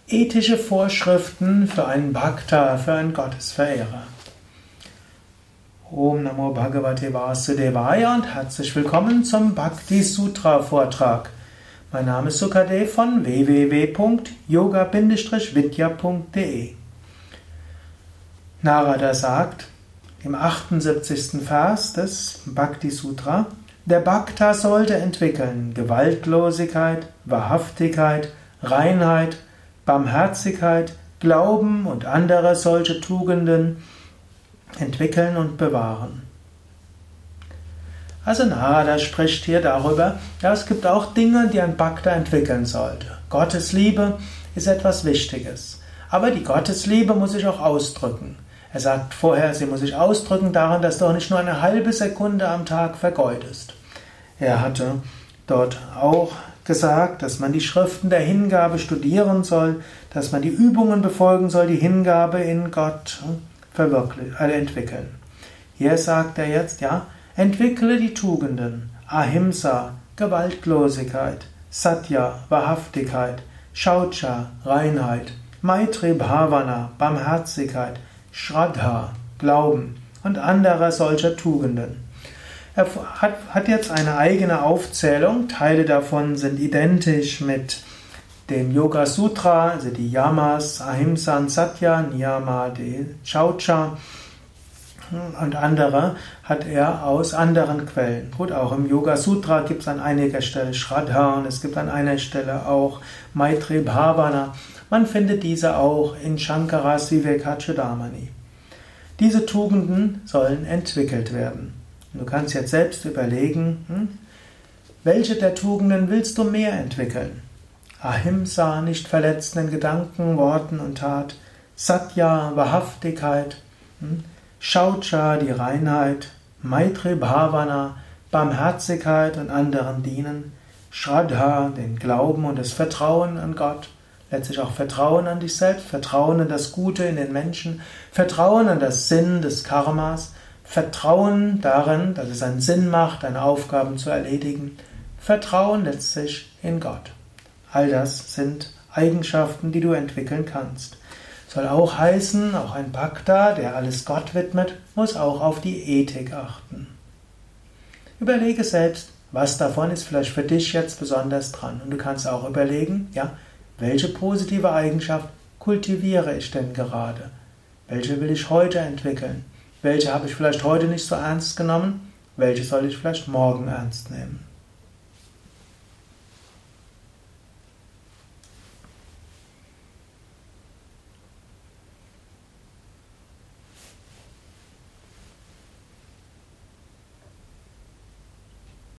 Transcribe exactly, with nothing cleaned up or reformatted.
Ethische Vorschriften für einen Bhakta, für einen Gottesverehrer. Om Namo Bhagavate Vasudevaya und herzlich willkommen zum Bhakti Sutra Vortrag. Mein Name ist Sukadev von w w w punkt yoga vidya punkt de. Narada sagt im achtundsiebzigsten Vers des Bhakti Sutra: Der Bhakta sollte entwickeln Gewaltlosigkeit, Wahrhaftigkeit, Reinheit, Barmherzigkeit, Glauben und andere solche Tugenden entwickeln und bewahren. Also Narada spricht hier darüber, ja, es gibt auch Dinge, die ein Bhakta entwickeln sollte. Gottes Liebe ist etwas Wichtiges, aber die Gottesliebe muss sich auch ausdrücken. Er sagt vorher, sie muss sich ausdrücken daran, dass du auch nicht nur eine halbe Sekunde am Tag vergeudest. Er hatte dort auch gesagt, dass man die Schriften der Hingabe studieren soll, dass man die Übungen befolgen soll, die Hingabe in Gott verwirklichen, äh, entwickeln. Hier sagt er jetzt, ja, entwickle die Tugenden, Ahimsa, Gewaltlosigkeit, Satya, Wahrhaftigkeit, Shaucha, Reinheit, Maitri Bhavana, Barmherzigkeit, Shraddha, Glauben und andere solcher Tugenden. Er hat, hat jetzt eine eigene Aufzählung, Teile davon sind identisch mit dem Yoga Sutra, also die Yamas, Ahimsa und Satya, Niyama, die Shaucha und andere hat er aus anderen Quellen. Gut, auch im Yoga Sutra gibt es an einiger Stelle Shraddha und es gibt an einer Stelle auch Maitri Bhavana. Man findet diese auch in Shankaras Vivekachudamani. Diese Tugenden sollen entwickelt werden. Du kannst jetzt selbst überlegen, hm, welche der Tugenden willst du mehr entwickeln? Ahimsa, nicht verletzenden Gedanken, Worten und Tat. Satya, Wahrhaftigkeit. Hm, Shaucha, die Reinheit. Maitri Bhavana, Barmherzigkeit und anderen dienen. Shraddha, den Glauben und das Vertrauen an Gott. Letztlich auch Vertrauen an dich selbst, Vertrauen in das Gute in den Menschen, Vertrauen an das Sinn des Karmas, Vertrauen darin, dass es einen Sinn macht, deine Aufgaben zu erledigen. Vertrauen letztlich in Gott. All das sind Eigenschaften, die du entwickeln kannst. Soll auch heißen, auch ein Bhakta, der alles Gott widmet, muss auch auf die Ethik achten. Überlege selbst, was davon ist vielleicht für dich jetzt besonders dran. Und du kannst auch überlegen, ja, welche positive Eigenschaft kultiviere ich denn gerade? Welche will ich heute entwickeln? Welche habe ich vielleicht heute nicht so ernst genommen? Welche soll ich vielleicht morgen ernst nehmen?